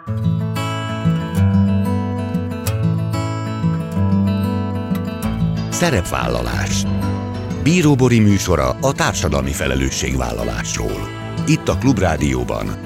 Szerepvállalás. Bíró Bori műsora a társadalmi felelősségvállalásról. Itt a Klubrádióban.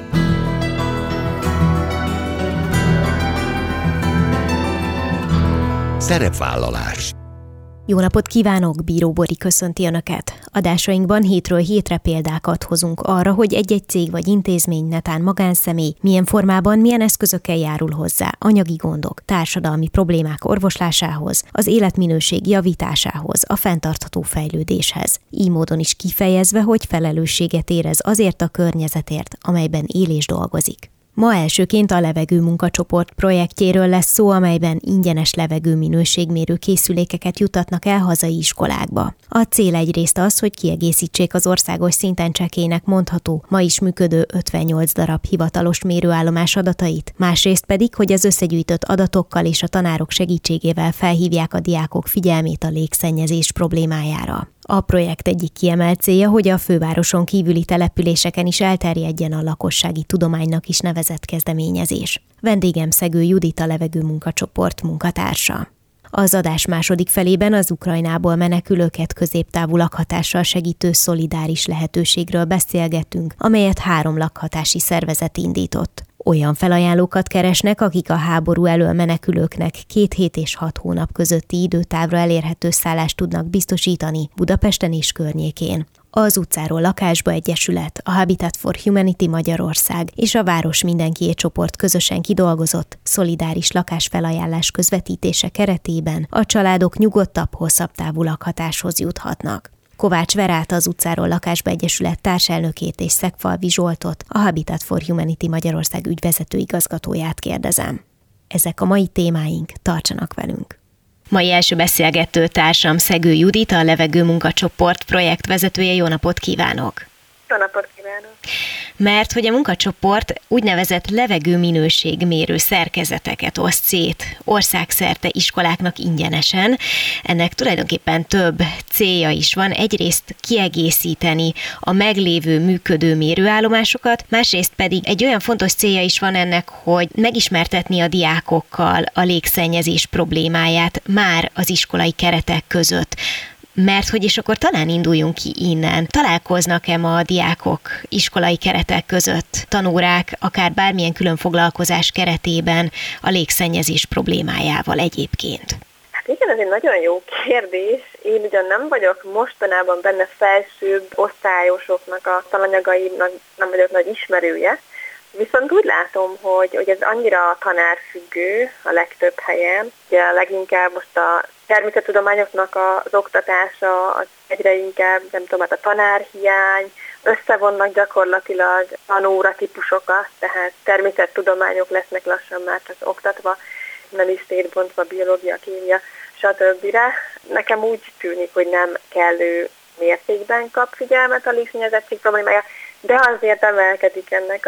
Szerepvállalás. Jó napot kívánok, Bíró Bori köszönti Önöket. Adásainkban hétről hétre példákat hozunk arra, hogy egy-egy cég vagy intézmény, netán magánszemély milyen formában, milyen eszközökkel járul hozzá anyagi gondok, társadalmi problémák orvoslásához, az életminőség javításához, a fenntartható fejlődéshez. Így módon is kifejezve, hogy felelősséget érez azért a környezetért, amelyben él és dolgozik. Ma elsőként a Levegő Munkacsoport projektjéről lesz szó, amelyben ingyenes levegőminőségmérő készülékeket juttatnak el hazai iskolákba. A cél egyrészt az, hogy kiegészítsék az országos szinten csekélynek mondható, ma is működő 58 darab hivatalos mérőállomás adatait, másrészt pedig, hogy az összegyűjtött adatokkal és a tanárok segítségével felhívják a diákok figyelmét a légszennyezés problémájára. A projekt egyik kiemelt célja, hogy a fővároson kívüli településeken is elterjedjen a lakossági tudománynak is nevezett kezdeményezés. Vendégem Szegő Judit, a Levegő Munkacsoport munkatársa. Az adás második felében az Ukrajnából menekülőket középtávú lakhatással segítő szolidáris lehetőségről beszélgettünk, amelyet 3 lakhatási szervezet indított. Olyan felajánlókat keresnek, akik a háború elől menekülőknek 2 hét és 6 hónap közötti időtávra elérhető szállást tudnak biztosítani Budapesten és környékén. Az Utcáról lakásba Egyesület, a Habitat for Humanity Magyarország és a Város Mindenkié csoport közösen kidolgozott szolidáris lakásfelajánlás közvetítése keretében a családok nyugodtabb, hosszabb távú lakhatáshoz juthatnak. Kovács Verát, az Utcáról lakásba Egyesület társelnökét és Szegfalvi Zsoltot, a Habitat for Humanity Magyarország ügyvezető igazgatóját kérdezem. Ezek a mai témáink, tartsanak velünk! Mai első beszélgető társam Szegő Judit, a Levegő Munkacsoport projektvezetője. Jó napot kívánok! Jó napot kívánok! Mert hogy a munkacsoport úgynevezett levegőminőségmérő szerkezeteket oszt szét országszerte iskoláknak ingyenesen. Ennek tulajdonképpen több célja is van. Egyrészt kiegészíteni a meglévő működő mérőállomásokat, másrészt pedig egy olyan fontos célja is van ennek, hogy megismertetni a diákokkal a légszennyezés problémáját már az iskolai keretek között. Mert hogy és akkor talán induljunk ki innen. Találkoznak-e ma a diákok iskolai keretek között, tanórák, akár bármilyen külön foglalkozás keretében a légszennyezés problémájával egyébként? Hát igen, ez egy nagyon jó kérdés. Én ugyan nem vagyok mostanában benne felsőbb osztályosoknak a tananyagaimnak, nem vagyok nagy ismerője, viszont úgy látom, hogy ez annyira tanárfüggő a legtöbb helyen. Ugye leginkább most a természettudományoknak az oktatása az egyre inkább, nem tudom, hát a tanárhiány, összevonnak gyakorlatilag tanóra típusokat, tehát természettudományok lesznek lassan már csak oktatva, nem is szétbontva biológia, kémia, stb. Nekem úgy tűnik, hogy nem kellő mértékben kap figyelmet a légszennyezettség problémája, de azért emelkedik ennek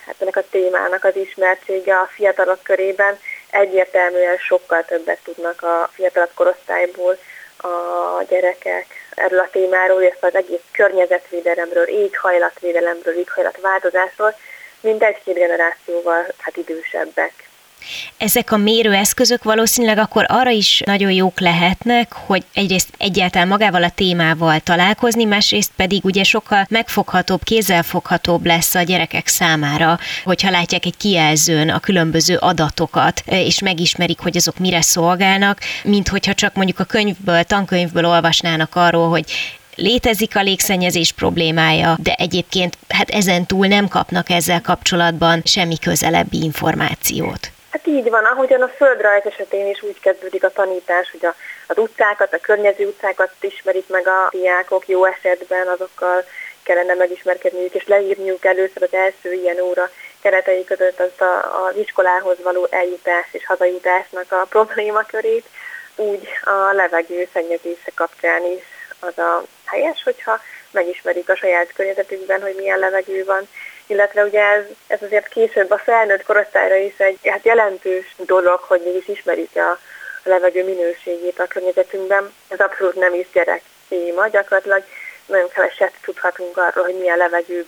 a témának az ismertsége a fiatalok körében. Egyértelműen sokkal többet tudnak a fiatalabb korosztályból a gyerekek erről a témáról, illetve az egész környezetvédelemről, éghajlatvédelemről, éghajlatváltozásról, mint 1-2 generációval idősebbek. Ezek a mérőeszközök valószínűleg akkor arra is nagyon jók lehetnek, hogy egyrészt egyáltalán magával a témával találkozni, másrészt pedig ugye sokkal megfoghatóbb, kézzelfoghatóbb lesz a gyerekek számára, hogyha látják egy kijelzőn a különböző adatokat, és megismerik, hogy azok mire szolgálnak, mint hogyha csak mondjuk a tankönyvből olvasnának arról, hogy létezik a légszennyezés problémája, de egyébként ezen túl nem kapnak ezzel kapcsolatban semmi közelebbi információt. Hát így van, ahogyan a földrajz esetén is úgy kezdődik a tanítás, hogy az utcákat, a környező utcákat ismerik meg a diákok, jó esetben azokkal kellene megismerkedniük, és leírniuk először az első ilyen óra keretei között az iskolához való eljutás és hazajutásnak a problémakörét, úgy a levegő szennyezése kapcsán is az a helyes, hogyha megismerik a saját környezetükben, hogy milyen levegő van, illetve ugye ez azért később a felnőtt korosztályra is egy jelentős dolog, hogy mégis ismerjük a levegő minőségét a környezetünkben. Ez abszolút nem is gyerek téma, gyakorlatilag nagyon keveset tudhatunk arról, hogy milyen levegőben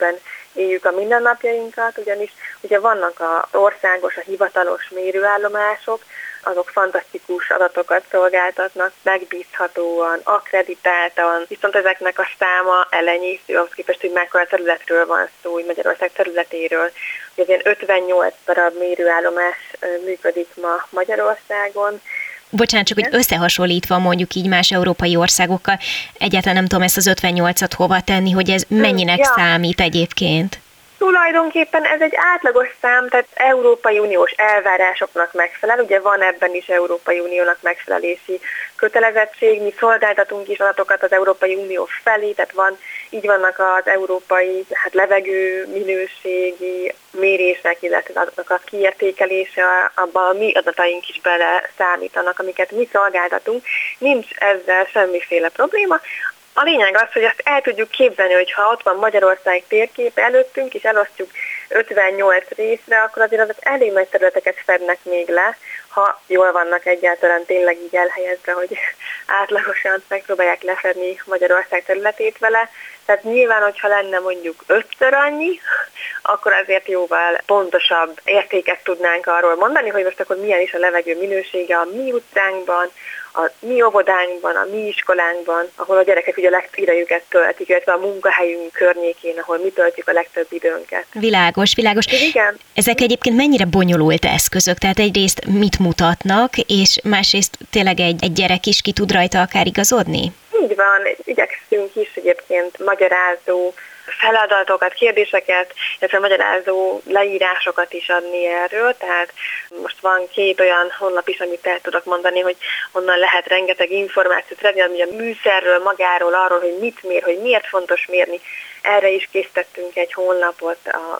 éljük a mindennapjainkat, ugyanis ugye vannak az országos, a hivatalos mérőállomások, azok fantasztikus adatokat szolgáltatnak, megbízhatóan, akkreditáltan, viszont ezeknek a száma elenyésző, ahhoz képest, hogy mekkora területről van szó, hogy Magyarország területéről. Ugye 58 darab mérőállomás működik ma Magyarországon. Bocsánat, csak hogy összehasonlítva mondjuk így más európai országokkal, egyáltalán nem tudom ezt az 58-at hova tenni, hogy ez mennyinek számít egyébként? Tulajdonképpen ez egy átlagos szám, tehát Európai Uniós elvárásoknak megfelel, ugye van ebben is Európai Uniónak megfelelési kötelezettség, mi szolgáltatunk is adatokat az Európai Unió felé, tehát így vannak az európai levegő minőségi mérések, illetve azoknak a kiértékelése, abban a mi adataink is bele számítanak, amiket mi szolgáltatunk, nincs ezzel semmiféle probléma. A lényeg az, hogy azt el tudjuk képzelni, hogy ha ott van Magyarország térképe előttünk, és elosztjuk 58 részre, akkor azért azok elég nagy területeket fednek még le, ha jól vannak egyáltalán tényleg így elhelyezve, hogy átlagosan megpróbálják lefedni Magyarország területét vele. Tehát nyilván, hogyha lenne mondjuk 5-ször annyi, akkor azért jóval pontosabb értéket tudnánk arról mondani, hogy most akkor milyen is a levegő minősége a mi utcánkban, a mi óvodánkban, a mi iskolánkban, ahol a gyerekek ugye a legtöbb idejüket töltik, illetve a munkahelyünk környékén, ahol mi töltjük a legtöbb időnket. Világos. Igen. Ezek egyébként mennyire bonyolult eszközök? Tehát egyrészt mit mutatnak, és másrészt tényleg egy gyerek is ki tud rajta akár igazodni? Így van, igyekszünk is egyébként magyarázó feladatokat, kérdéseket, illetve magyarázó leírásokat is adni erről, tehát most van 2 olyan honlap is, amit el tudok mondani, hogy onnan lehet rengeteg információt venni, ami a műszerről, magáról, arról, hogy mit mér, hogy miért fontos mérni. Erre is készítettünk egy honlapot, a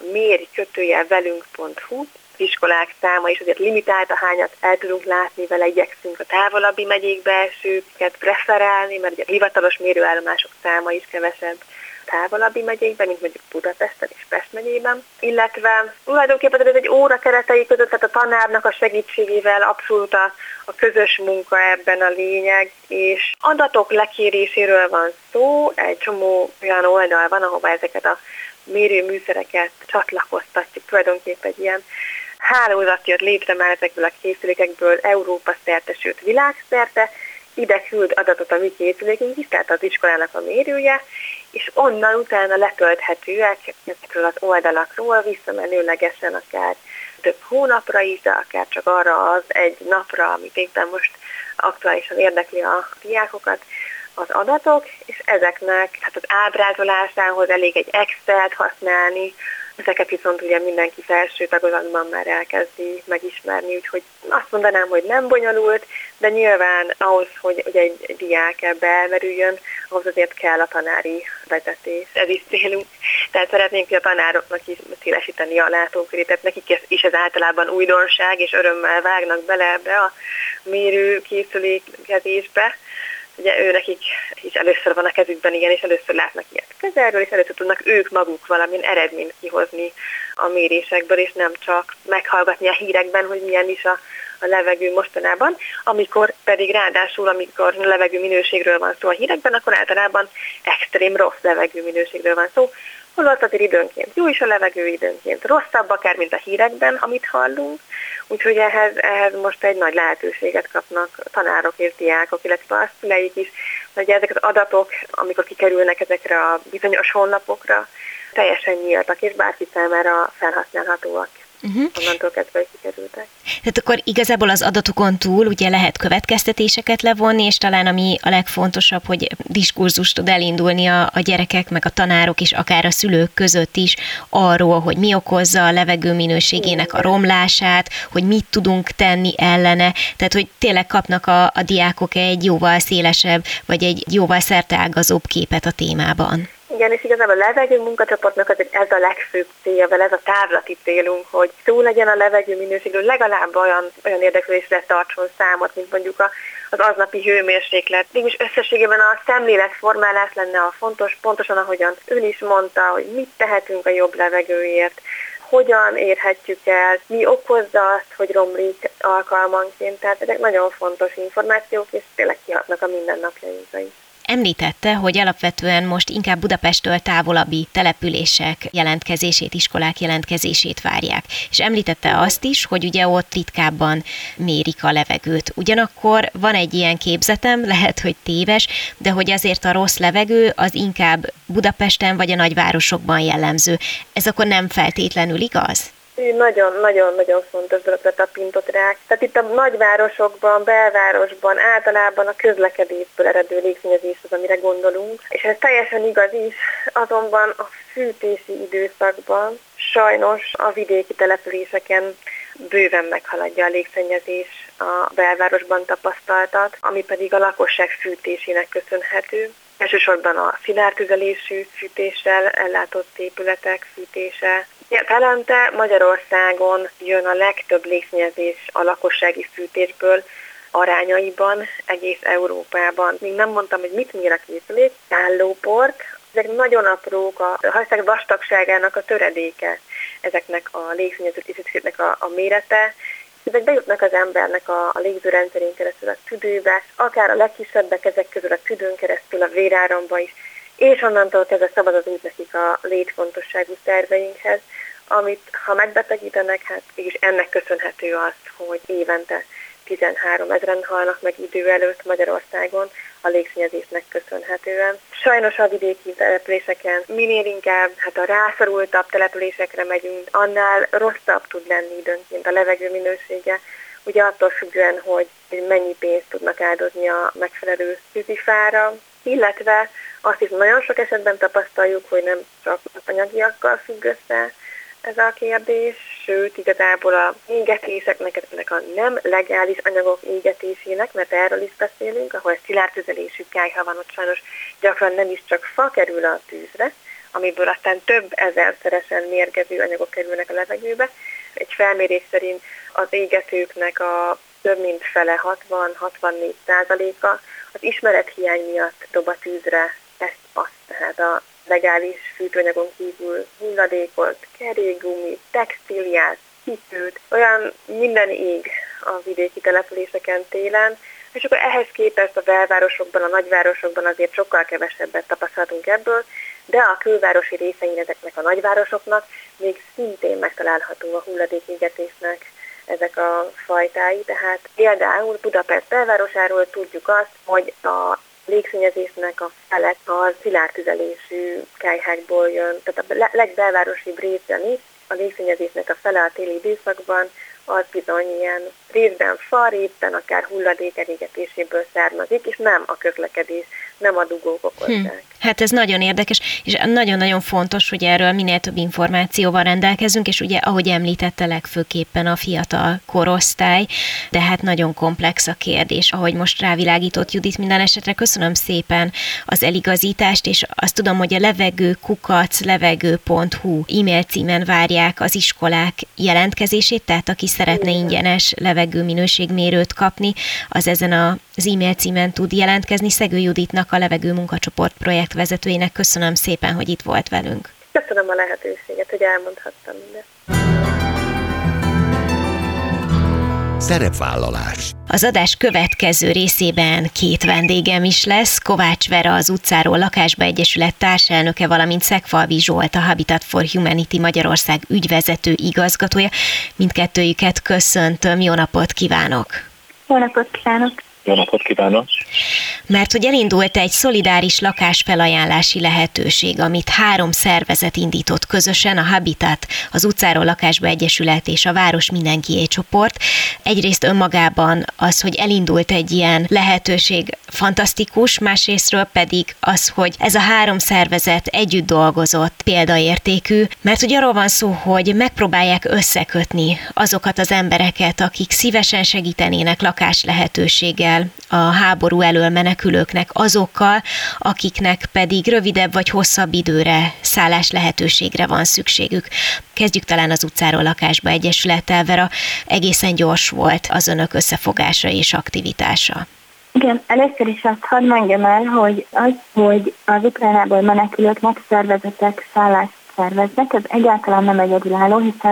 mérj-velünk.hu, iskolák száma is azért limitált, a hányat el tudunk látni vele, igyekszünk a távolabbi megyékbe esőket preferálni, mert ugye a hivatalos mérőállomások száma is kevesebb távolabbi megyékben, mint mondjuk Budapesten és Pest megyében, illetve tulajdonképpen ez egy óra keretei között, tehát a tanárnak a segítségével abszolút a közös munka ebben a lényeg, és adatok lekéréséről van szó, egy csomó olyan oldal van, ahova ezeket a mérőműszereket csatlakoztatjuk, tulajdonképpen egy ilyen hálózat jött létre már ezekből a készülékekből Európa szerte, sőt világszerte, ide küld adatot a mi készülékünk is, tehát az iskolának a mérője, és onnan utána letölthetőek ezekről az oldalakról visszamenőlegesen akár több hónapra is, de akár csak arra az egy napra, amit éppen most aktuálisan érdekli a diákokat, az adatok, és ezeknek az ábrázolásához elég egy Excel-t használni, ezeket viszont ugye mindenki felső tagozatban már elkezdi megismerni, úgyhogy azt mondanám, hogy nem bonyolult, de nyilván ahhoz, hogy egy diák ebbe elmerüljön, ahhoz azért kell a tanári vezetés. Ez is célunk. Tehát szeretnénk, hogy a tanároknak is szélesíteni a látókörét, tehát nekik is ez általában újdonság, és örömmel vágnak bele ebbe a mérőkészülékezésbe. Ugye nekik is először van a kezükben, igen, és először látnak ilyet közelről, és először tudnak ők maguk valamilyen eredményt kihozni a mérésekből, és nem csak meghallgatni a hírekben, hogy milyen is a levegő mostanában, amikor pedig ráadásul, amikor levegő minőségről van szó a hírekben, akkor általában extrém rossz levegő minőségről van szó, holott azért időnként jó is a levegő, időnként rosszabb, akár mint a hírekben, amit hallunk, úgyhogy ehhez most egy nagy lehetőséget kapnak tanárok és diákok, illetve a szüleik is, hogy ezek az adatok, amikor kikerülnek ezekre a bizonyos honlapokra, teljesen nyíltak, és bárki számára felhasználhatóak. Onnantól kezdve kikerültek. Tehát akkor igazából az adatokon túl ugye lehet következtetéseket levonni, és talán ami a legfontosabb, hogy diskurzus tud elindulni a gyerekek, meg a tanárok és akár a szülők között is arról, hogy mi okozza a levegő minőségének a romlását, hogy mit tudunk tenni ellene, tehát hogy tényleg kapnak a diákok egy jóval szélesebb, vagy egy jóval szerteágazóbb képet a témában. Igen, és igazából a levegő munkacsoportnak azért ez a legfőbb célja, ez a távlati célunk, hogy szó legyen a levegő minőségről, legalább olyan érdeklődésre tartson számot, mint mondjuk az aznapi hőmérséklet. Mégis összességében a szemléletformálás lenne a fontos, pontosan ahogyan ön is mondta, hogy mit tehetünk a jobb levegőért, hogyan érhetjük el, mi okozza azt, hogy romlik alkalmanként. Tehát ezek nagyon fontos információk, és tényleg kihatnak a mindennapjainkra is. említette, hogy alapvetően most inkább Budapesttől távolabbi települések jelentkezését, iskolák jelentkezését várják. És említette azt is, hogy ugye ott ritkábban mérik a levegőt. Ugyanakkor van egy ilyen képzetem, lehet, hogy téves, de hogy azért a rossz levegő az inkább Budapesten vagy a nagyvárosokban jellemző. Ez akkor nem feltétlenül igaz? Nagyon-nagyon fontos dologra tapintott rá. Tehát itt a nagyvárosokban, belvárosban általában a közlekedésből eredő légszennyezés az, amire gondolunk. És ez teljesen igaz is, azonban a fűtési időszakban sajnos a vidéki településeken bőven meghaladja a légszennyezés a belvárosban tapasztaltat, ami pedig a lakosság fűtésének köszönhető. Elsősorban a szilárdtüzelésű fűtéssel ellátott épületek fűtése. Telente Magyarországon jön a legtöbb légszennyezés a lakossági fűtésből arányaiban egész Európában. Még nem mondtam, hogy mit mér a készülék, szállóport, ezek nagyon aprók, a hajszák vastagságának a töredéke, ezeknek a légszennyező készüléknek a mérete. Ezek bejutnak az embernek a légzőrendszerén keresztül a tüdőbe, akár a legkisebbek ezek közül a tüdőn keresztül, a véráramba is, és onnantól kezdve szabad az út nekik a létfontosságú szerveinkhez, amit ha megbetegítenek, hát mégis ennek köszönhető az, hogy évente 13 000-en halnak meg idő előtt Magyarországon a légszennyezésnek köszönhetően. Sajnos a vidéki településeken minél inkább a rászorultabb településekre megyünk, annál rosszabb tud lenni időnként a levegő minősége, ugye attól függően, hogy mennyi pénzt tudnak áldozni a megfelelő tűzifára, illetve azt is nagyon sok esetben tapasztaljuk, hogy nem csak az anyagiakkal függ össze ez a kérdés, sőt, igazából a égetéseknek, ennek a nem legális anyagok égetésének, mert erről is beszélünk, ahol szilárdtüzelésű kályha van, ott sajnos gyakran nem is csak fa kerül a tűzre, amiből aztán több ezerszeresen mérgező anyagok kerülnek a levegőbe. Egy felmérés szerint az égetőknek a több mint fele, 60-64%-a az ismerethiány miatt dob a tűzre ezt-azt, tehát a legális fűtőanyagon kívül hulladékot, kerékgumit, textíliát, hűtőt, olyan minden ég a vidéki településeken télen, és akkor ehhez képest a belvárosokban, a nagyvárosokban azért sokkal kevesebbet tapasztaltunk ebből, de a külvárosi részein ezeknek a nagyvárosoknak még szintén megtalálható a hulladékégetésnek ezek a fajtái, tehát például Budapest belvárosáról tudjuk azt, hogy a légszennyezésnek a fele a szilárdtüzelésű kályhákból jön, tehát a legbelvárosibb részen is a légszennyezésnek a fele a téli időszakban az bizony ilyen részben fa, részben akár hulladék elégetéséből származik, és nem a közlekedés, nem a dugók okozzák. Hát ez nagyon érdekes, és nagyon-nagyon fontos, hogy erről minél több információval rendelkezünk, és ugye, ahogy említette, legfőképpen a fiatal korosztály, de hát nagyon komplex a kérdés, ahogy most rávilágított Judit. Minden esetre köszönöm szépen az eligazítást, és azt tudom, hogy a levegő@levegő.hu e-mail címen várják az iskolák jelentkezését, tehát aki szeretne ingyenes levegőminőségmérőt kapni, az ezen az e-mail címen tud jelentkezni. Szegő Juditnak, a Levegő munkacsoport projektvezetőjének köszönöm szépen, hogy itt volt velünk. Köszönöm a lehetőséget, hogy elmondhattam mindezt. Szerepvállalás. Az adás következő részében 2 vendégem is lesz. Kovács Vera, az Utcáról Lakásba Egyesület társelnöke, valamint Szegfalvi Zsolt, a Habitat for Humanity Magyarország ügyvezető igazgatója. Mindkettőjüket köszöntöm, jó napot kívánok! Jó napot kívánok! Jó napot kívánok! Mert hogy elindult egy szolidáris lakásfelajánlási lehetőség, amit 3 szervezet indított közösen, a Habitat, az Utcáról Lakásba Egyesület és a Város Mindenkié csoport. Egyrészt önmagában az, hogy elindult egy ilyen lehetőség, fantasztikus, másrésztről pedig az, hogy ez a 3 szervezet együtt dolgozott, példaértékű, mert hogy arról van szó, hogy megpróbálják összekötni azokat az embereket, akik szívesen segítenének lakás lehetőséggel a háború elől menekülőknek, azokkal, akiknek pedig rövidebb vagy hosszabb időre szállás lehetőségre van szükségük. Kezdjük talán az Utcáról Lakásba Egyesülettel, Vera. Egészen gyors volt az önök összefogása és aktivitása. Igen, először is azt hadd mondjam el, hogy az Ukrajnából menekülőknek szervezetek szállást szerveznek, ez egyáltalán nem egyedülálló, hiszen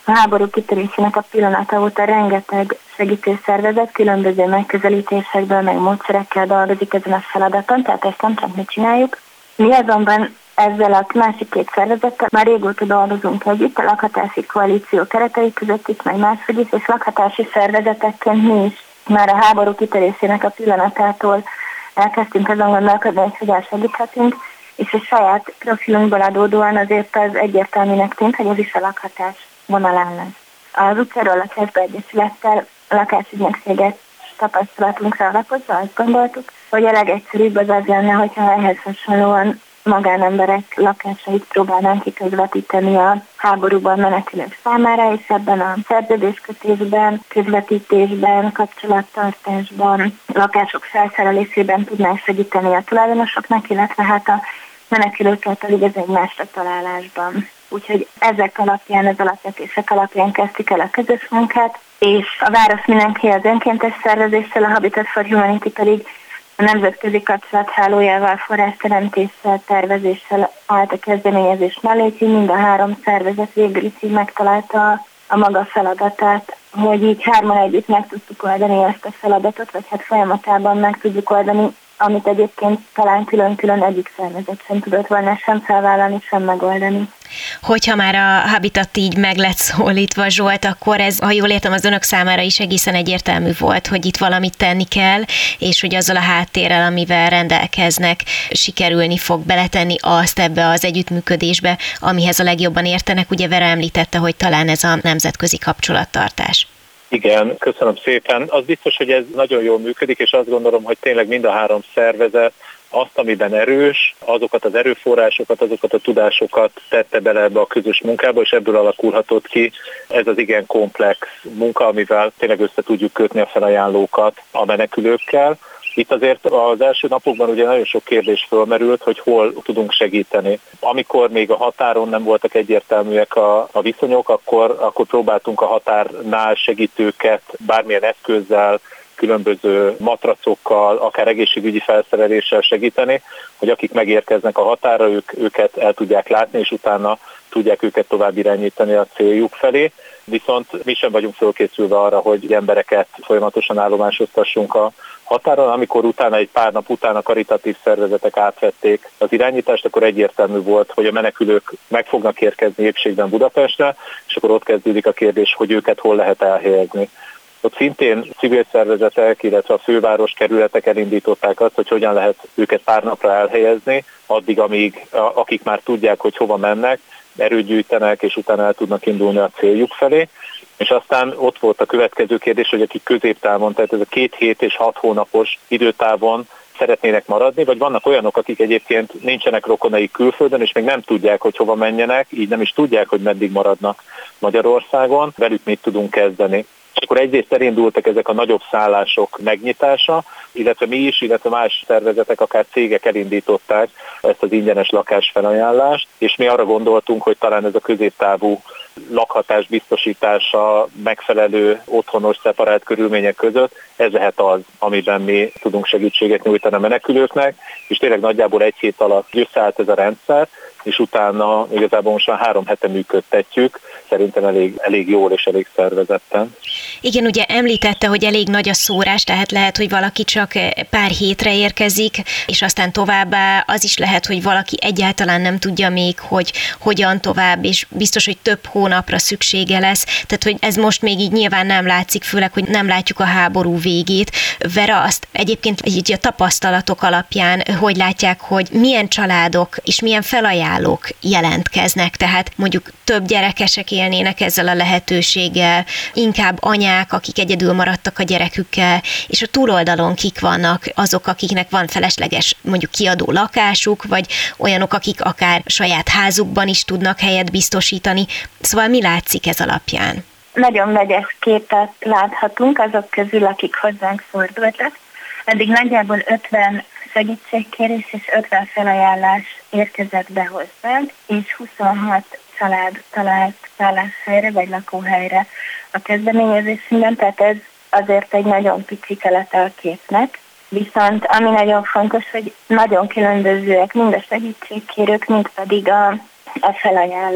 A háború kitörésének a pillanata óta rengeteg segítőszervezet különböző megközelítésekből, meg módszerekkel dolgozik ezen a feladaton, tehát ezt nem csak mi csináljuk. Mi azonban ezzel a másik két szervezettel már régóta dolgozunk együtt, a lakhatási koalíció keretei között is, meg máshogy is, és lakhatási szervezetekként mi is már a háború kitörésének a pillanatától elkezdtünk azon gondolkodni, hogy segíthetünk, és a saját profilunkból adódóan azért az egyértelműnek tűnt, hogy ez is a lakhatás vonalán lesz. Az utcáról lakásba egyesülettel lakásügynökséget tapasztalatunkra alapozva azt gondoltuk, hogy a legegyszerűbb az lenne, hogyha ehhez hasonlóan magánemberek lakásait próbálnánk kiközvetíteni a háborúban menekülők számára, és ebben a szerződéskötésben, közvetítésben, kapcsolattartásban, lakások felszerelésében tudnánk segíteni a tulajdonosoknak, illetve hát a menekülőkkel pedig az egymásra találásban. Úgyhogy ezek alapján, az alapvetések alapján kezdtük el a közös munkát, és a Város Mindenki az önkéntes szervezéssel, a Habitat for Humanity pedig a nemzetközi kapcsolathálójával, forrásteremtéssel, tervezéssel állt a kezdeményezés mellé, így mind a három szervezet végül is így megtalálta a maga feladatát, hogy így hárman együtt meg tudtuk oldani ezt a feladatot, vagy hát folyamatában meg tudjuk oldani, amit egyébként talán külön-külön egyik szervezet sem tudott volna sem felvállalni, sem megoldani. Hogyha már a Habitat így meg lett szólítva, Zsolt, akkor ez, ha jól értem, az önök számára is egészen egyértelmű volt, hogy itt valamit tenni kell, és hogy azzal a háttérrel, amivel rendelkeznek, sikerülni fog beletenni azt ebbe az együttműködésbe, amihez a legjobban értenek. Ugye Vera említette, hogy talán ez a nemzetközi kapcsolattartás. Igen, köszönöm szépen. Az biztos, hogy ez nagyon jól működik, és azt gondolom, hogy tényleg mind a három szervezet azt, amiben erős, azokat az erőforrásokat, azokat a tudásokat tette bele ebbe a közös munkába, és ebből alakulhatott ki ez az igen komplex munka, amivel tényleg össze tudjuk kötni a felajánlókat a menekülőkkel. Itt azért az első napokban ugye nagyon sok kérdés fölmerült, hogy hol tudunk segíteni. Amikor még a határon nem voltak egyértelműek a viszonyok, akkor próbáltunk a határnál segítőket bármilyen eszközzel, különböző matracokkal, akár egészségügyi felszereléssel segíteni, hogy akik megérkeznek a határra, őket el tudják látni, és utána tudják őket tovább irányítani a céljuk felé. Viszont mi sem vagyunk fölkészülve arra, hogy embereket folyamatosan állomásoztassunk a határon. Amikor utána, egy pár nap után a karitatív szervezetek átvették az irányítást, akkor egyértelmű volt, hogy a menekülők meg fognak érkezni épségben Budapestre, és akkor ott kezdődik a kérdés, hogy őket hol lehet elhelyezni. Ott szintén civil szervezetek, illetve a főváros kerületek elindították azt, hogy hogyan lehet őket pár napra elhelyezni, addig, amíg akik már tudják, hogy hova mennek, erőt gyűjtenek, és utána el tudnak indulni a céljuk felé. És aztán ott volt a következő kérdés, hogy akik középtávon, tehát ez a 2 hét és 6 hónapos időtávon szeretnének maradni, vagy vannak olyanok, akik egyébként nincsenek rokonai külföldön, és még nem tudják, hogy hova menjenek, így nem is tudják, hogy meddig maradnak Magyarországon, velük mit tudunk kezdeni. És akkor egyrészt elindultak ezek a nagyobb szállások megnyitása, illetve mi is, illetve más szervezetek, akár cégek elindították ezt az ingyenes lakásfelajánlást, és mi arra gondoltunk, hogy talán ez a középtávú lakhatás biztosítása megfelelő, otthonos, szeparált körülmények között, ez lehet az, amiben mi tudunk segítséget nyújtani a menekülőknek, és tényleg nagyjából 1 hét alatt összeállt ez a rendszer, és utána igazából most már 3 hete működtetjük, szerintem elég jól és elég szervezetten. Igen, ugye említette, hogy elég nagy a szórás, tehát lehet, hogy valaki csak pár hétre érkezik, és aztán továbbá az is lehet, hogy valaki egyáltalán nem tudja még, hogy hogyan tovább, és biztos, hogy több hónapra szüksége lesz. Tehát, hogy ez most még így nyilván nem látszik, főleg, hogy nem látjuk a háború végét. Vera, azt egyébként így a tapasztalatok alapján, hogy látják, hogy milyen családok és milyen felajánlók jelentkeznek, tehát mondjuk több gyerekesek élnének ezzel a lehetőséggel, inkább anyák, akik egyedül maradtak a gyerekükkel, és a túloldalon kik vannak azok, akiknek van felesleges mondjuk kiadó lakásuk, vagy olyanok, akik akár saját házukban is tudnak helyet biztosítani. Szóval mi látszik ez alapján? Nagyon vegyes képet láthatunk azok közül, akik hozzánk fordultak. Eddig nagyjából 50 segítségkérés és 50 felajánlás érkezett be hozzánk, és 26 család talált szálláshelyre vagy lakóhelyre a kezdeményezésünkben, tehát ez azért egy nagyon pici kelete a képnek. Viszont ami nagyon fontos, hogy nagyon különbözőek mind a segítségkérők, mind pedig a felajánlók.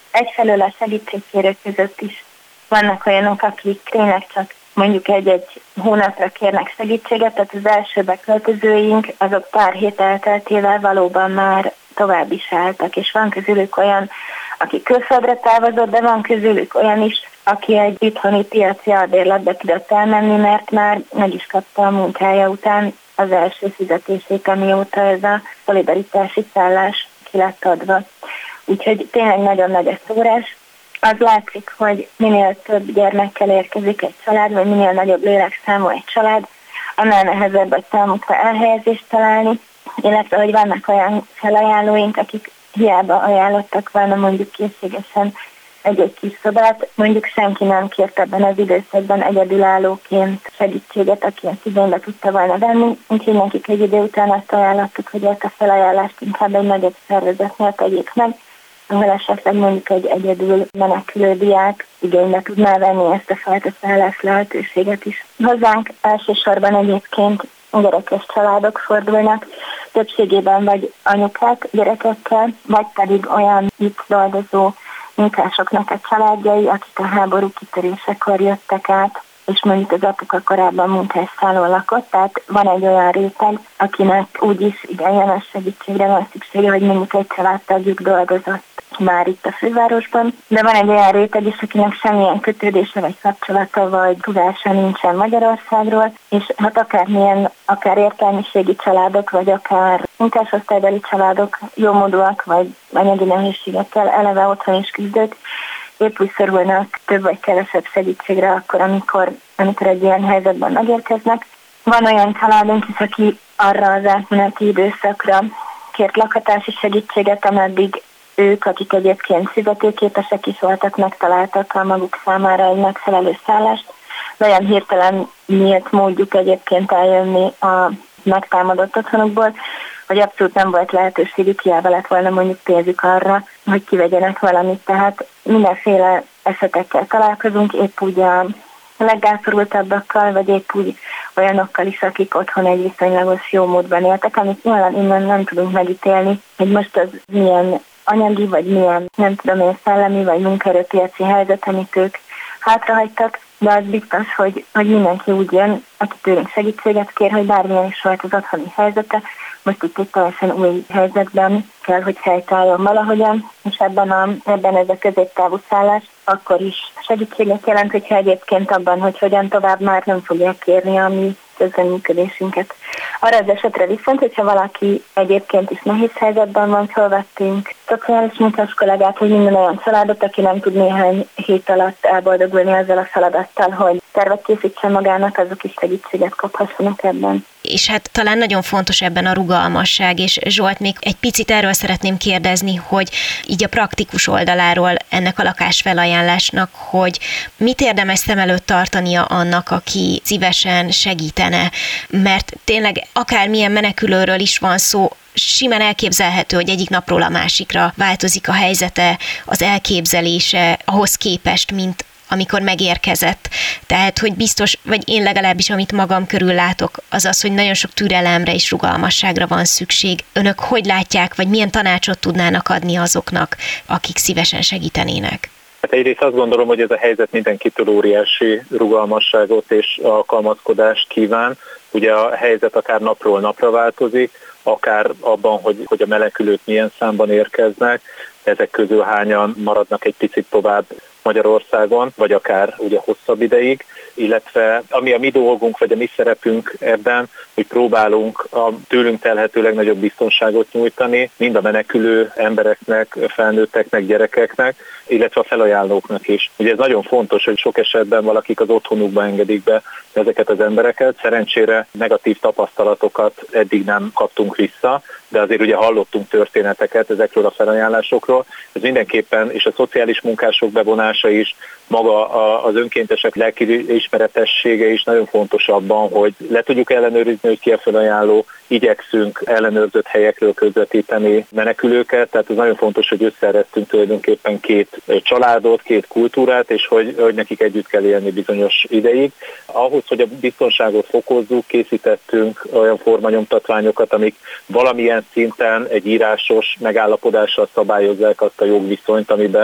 egyfelől a segítségkérők között is vannak olyanok, akik tényleg csak mondjuk egy-egy hónapra kérnek segítséget, tehát az első beköltözőink, azok pár hét elteltével valóban már tovább is álltak, és van közülük olyan, aki külföldre távozott, de van közülük olyan is, aki egy itthoni piaci albérletbe tudott elmenni, mert már meg is kapta a munkája után az első fizetését, amióta ez a szolidaritási szállás ki lett adva. Úgyhogy tényleg nagyon nagy a szórás. Az látszik, hogy minél több gyermekkel érkezik egy család, vagy minél nagyobb lélekszámú egy család, annál nehezebb a számukra elhelyezést találni, illetve hogy vannak olyan felajánlóink, akik hiába ajánlottak volna mondjuk készségesen egy kis szobát, mondjuk senki nem kért ebben az időszakban egyedülállóként segítséget, aki ezt igénybe tudta volna venni, úgyhogy nekik egy idő után azt ajánlottuk, hogy ezt a felajánlást inkább egy nagyobb szervezetnél tegyék meg, ahol esetleg mondjuk egy egyedül menekülő diák igénybe tudná venni ezt a fajta szállás lehetőséget is. Hozzánk elsősorban egyébként gyerekes családok fordulnak, többségében vagy anyukák gyerekekkel, vagy pedig olyan itt dolgozó munkásoknak a családjai, akik a háború kitörésekor jöttek át, és mondjuk az apuka korábban munkásszállón lakott, tehát van egy olyan réteg, akinek úgyis ideiglenes segítségre van szüksége, hogy mondjuk egy családtagjuk dolgozott már itt a fővárosban, de van egy olyan réteg is, akinek semmilyen kötődése vagy kapcsolata vagy tudása nincsen Magyarországról, és hát akármilyen, akár értelmiségi családok, vagy akár munkásosztálybeli családok, jómódúak, vagy anyagi nehézségekkel eleve otthon is küzdők, épp úgy szorulnak több vagy kevesebb segítségre akkor, amikor egy ilyen helyzetben megérkeznek. Van olyan családunk is, aki arra az átmeneti időszakra kért lakhatási segítséget, ameddig ők, akik egyébként fizetőképesek is voltak, megtaláltak a maguk számára egy megfelelő szállást, de olyan hirtelen nyílt módjuk egyébként eljönni a megtámadott otthonukból, hogy abszolút nem volt lehetőségük, hiába lett volna mondjuk pénzük arra, hogy kivegyenek valamit. Tehát mindenféle esetekkel találkozunk, épp úgy a legrászorultabbakkal, vagy épp úgy olyanokkal is, akik otthon egy viszonylagos jó módban éltek, amit nyilván innen nem tudunk megítélni, hogy most az milyen anyagi, vagy milyen, nem tudom én, szellemi, vagy munkaerőpiaci helyzet, amit ők hátrahagytak, de az biztos, hogy mindenki úgy jön, aki tőlünk segítséget kér, hogy bármilyen is volt az otthoni helyzete, most itt egy teljesen új helyzetben kell, hogy helytálljon valahogyan, és ebben ez a középtávú szállás akkor is segítséget jelent, hogyha egyébként abban, hogy hogyan tovább már nem fogják kérni a mi közreműködésünket. Arra az esetre viszont, hogyha valaki egyébként is nehéz helyzetben van, felvettünk szociális munkás kollégát, hogy minden olyan családot, aki nem tud néhány hét alatt elboldogulni ezzel a feladattal, hogy tervet készítsen magának, azok is segítséget kaphassanak ebben. És hát talán nagyon fontos ebben a rugalmasság, és Zsolt, még egy picit erről szeretném kérdezni, hogy így a praktikus oldaláról ennek a lakásfelajánlásnak, hogy mit érdemes szem előtt tartania annak, aki szívesen segítene, mert tényleg akármilyen menekülőről is van szó, simán elképzelhető, hogy egyik napról a másikra változik a helyzete, az elképzelése ahhoz képest, mint amikor megérkezett. Tehát, hogy biztos, vagy én legalábbis, amit magam körül látok, az az, hogy nagyon sok türelemre és rugalmasságra van szükség. Önök hogy látják, vagy milyen tanácsot tudnának adni azoknak, akik szívesen segítenének? Hát egyrészt azt gondolom, hogy ez a helyzet mindenkitől óriási rugalmasságot és alkalmazkodást kíván. Ugye a helyzet akár napról napra változik, akár abban, hogy a menekülők milyen számban érkeznek, ezek közül hányan maradnak egy picit tovább Magyarországon, vagy akár ugye hosszabb ideig, illetve ami a mi dolgunk, vagy a mi szerepünk ebben, hogy próbálunk a tőlünk telhető legnagyobb biztonságot nyújtani, mind a menekülő embereknek, felnőtteknek, gyerekeknek, illetve a felajánlóknak is. Ugye ez nagyon fontos, hogy sok esetben valakik az otthonukba engedik be ezeket az embereket. Szerencsére negatív tapasztalatokat eddig nem kaptunk vissza, de azért ugye hallottunk történeteket ezekről a felajánlásokról. Ez mindenképpen, és a szociális munkások bevonása is, maga az önkéntesek lelkiismeretessége is nagyon fontos abban, hogy le tudjuk ellenőrizni, hogy ki a felajánló, igyekszünk ellenőrzött helyekről közvetíteni menekülőket, tehát ez nagyon fontos, hogy összeeresztünk tulajdonképpen két családot, két kultúrát, és hogy nekik együtt kell élni bizonyos ideig. Ahhoz, hogy a biztonságot fokozzuk, készítettünk olyan formanyomtatványokat, amik valamilyen szinten egy írásos megállapodással szabályozzák azt a jogviszonyt, amiben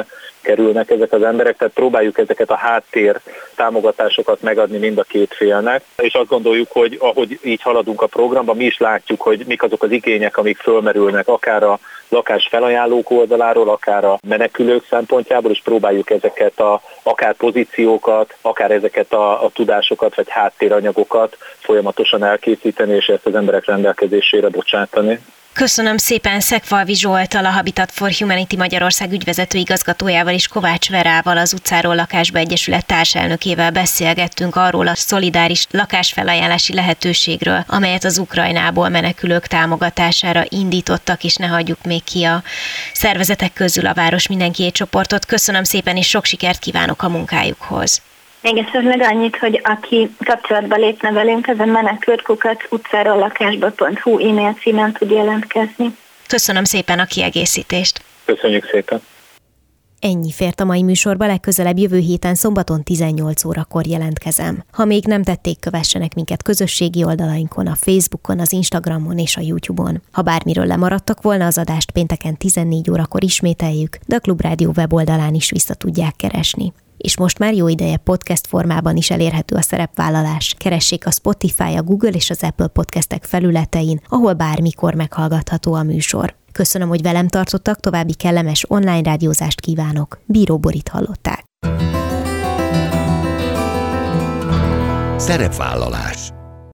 kerülnek ezek az emberek, tehát próbáljuk ezeket a háttér támogatásokat megadni mind a két félnek, és azt gondoljuk, hogy ahogy így haladunk a programban, mi is látjuk, hogy mik azok az igények, amik fölmerülnek, akár a lakásfelajánlók oldaláról, akár a menekülők szempontjából, és próbáljuk ezeket akár pozíciókat, akár ezeket a tudásokat vagy háttéranyagokat folyamatosan elkészíteni, és ezt az emberek rendelkezésére bocsátani. Köszönöm szépen Szegfalvi Zsolttal, a Habitat for Humanity Magyarország ügyvezető igazgatójával és Kovács Verával, az Utcáról Lakásba Egyesület társelnökével beszélgettünk arról a szolidáris lakásfelajánlási lehetőségről, amelyet az Ukrajnából menekülők támogatására indítottak, és ne hagyjuk még ki a szervezetek közül a Város Mindenkié csoportot. Köszönöm szépen, és sok sikert kívánok a munkájukhoz. Még esetleg annyit, hogy aki kapcsolatba lépne velünk, ezen menekültkukac@utcarollakásba.hu e-mail címen tud jelentkezni. Köszönöm szépen a kiegészítést. Köszönjük szépen. Ennyi fért a mai műsorba, legközelebb jövő héten szombaton 18 órakor jelentkezem. Ha még nem tették, kövessenek minket közösségi oldalainkon, a Facebookon, az Instagramon és a YouTube-on. Ha bármiről lemaradtak volna, az adást pénteken 14 órakor ismételjük, de a Klubrádió weboldalán is vissza tudják keresni. És most már jó ideje podcast formában is elérhető a Szerepvállalás. Keressék a Spotify, a Google és az Apple podcastek felületein, ahol bármikor meghallgatható a műsor. Köszönöm, hogy velem tartottak, további kellemes online rádiózást kívánok. Bíró Borit hallották. Szerepvállalás.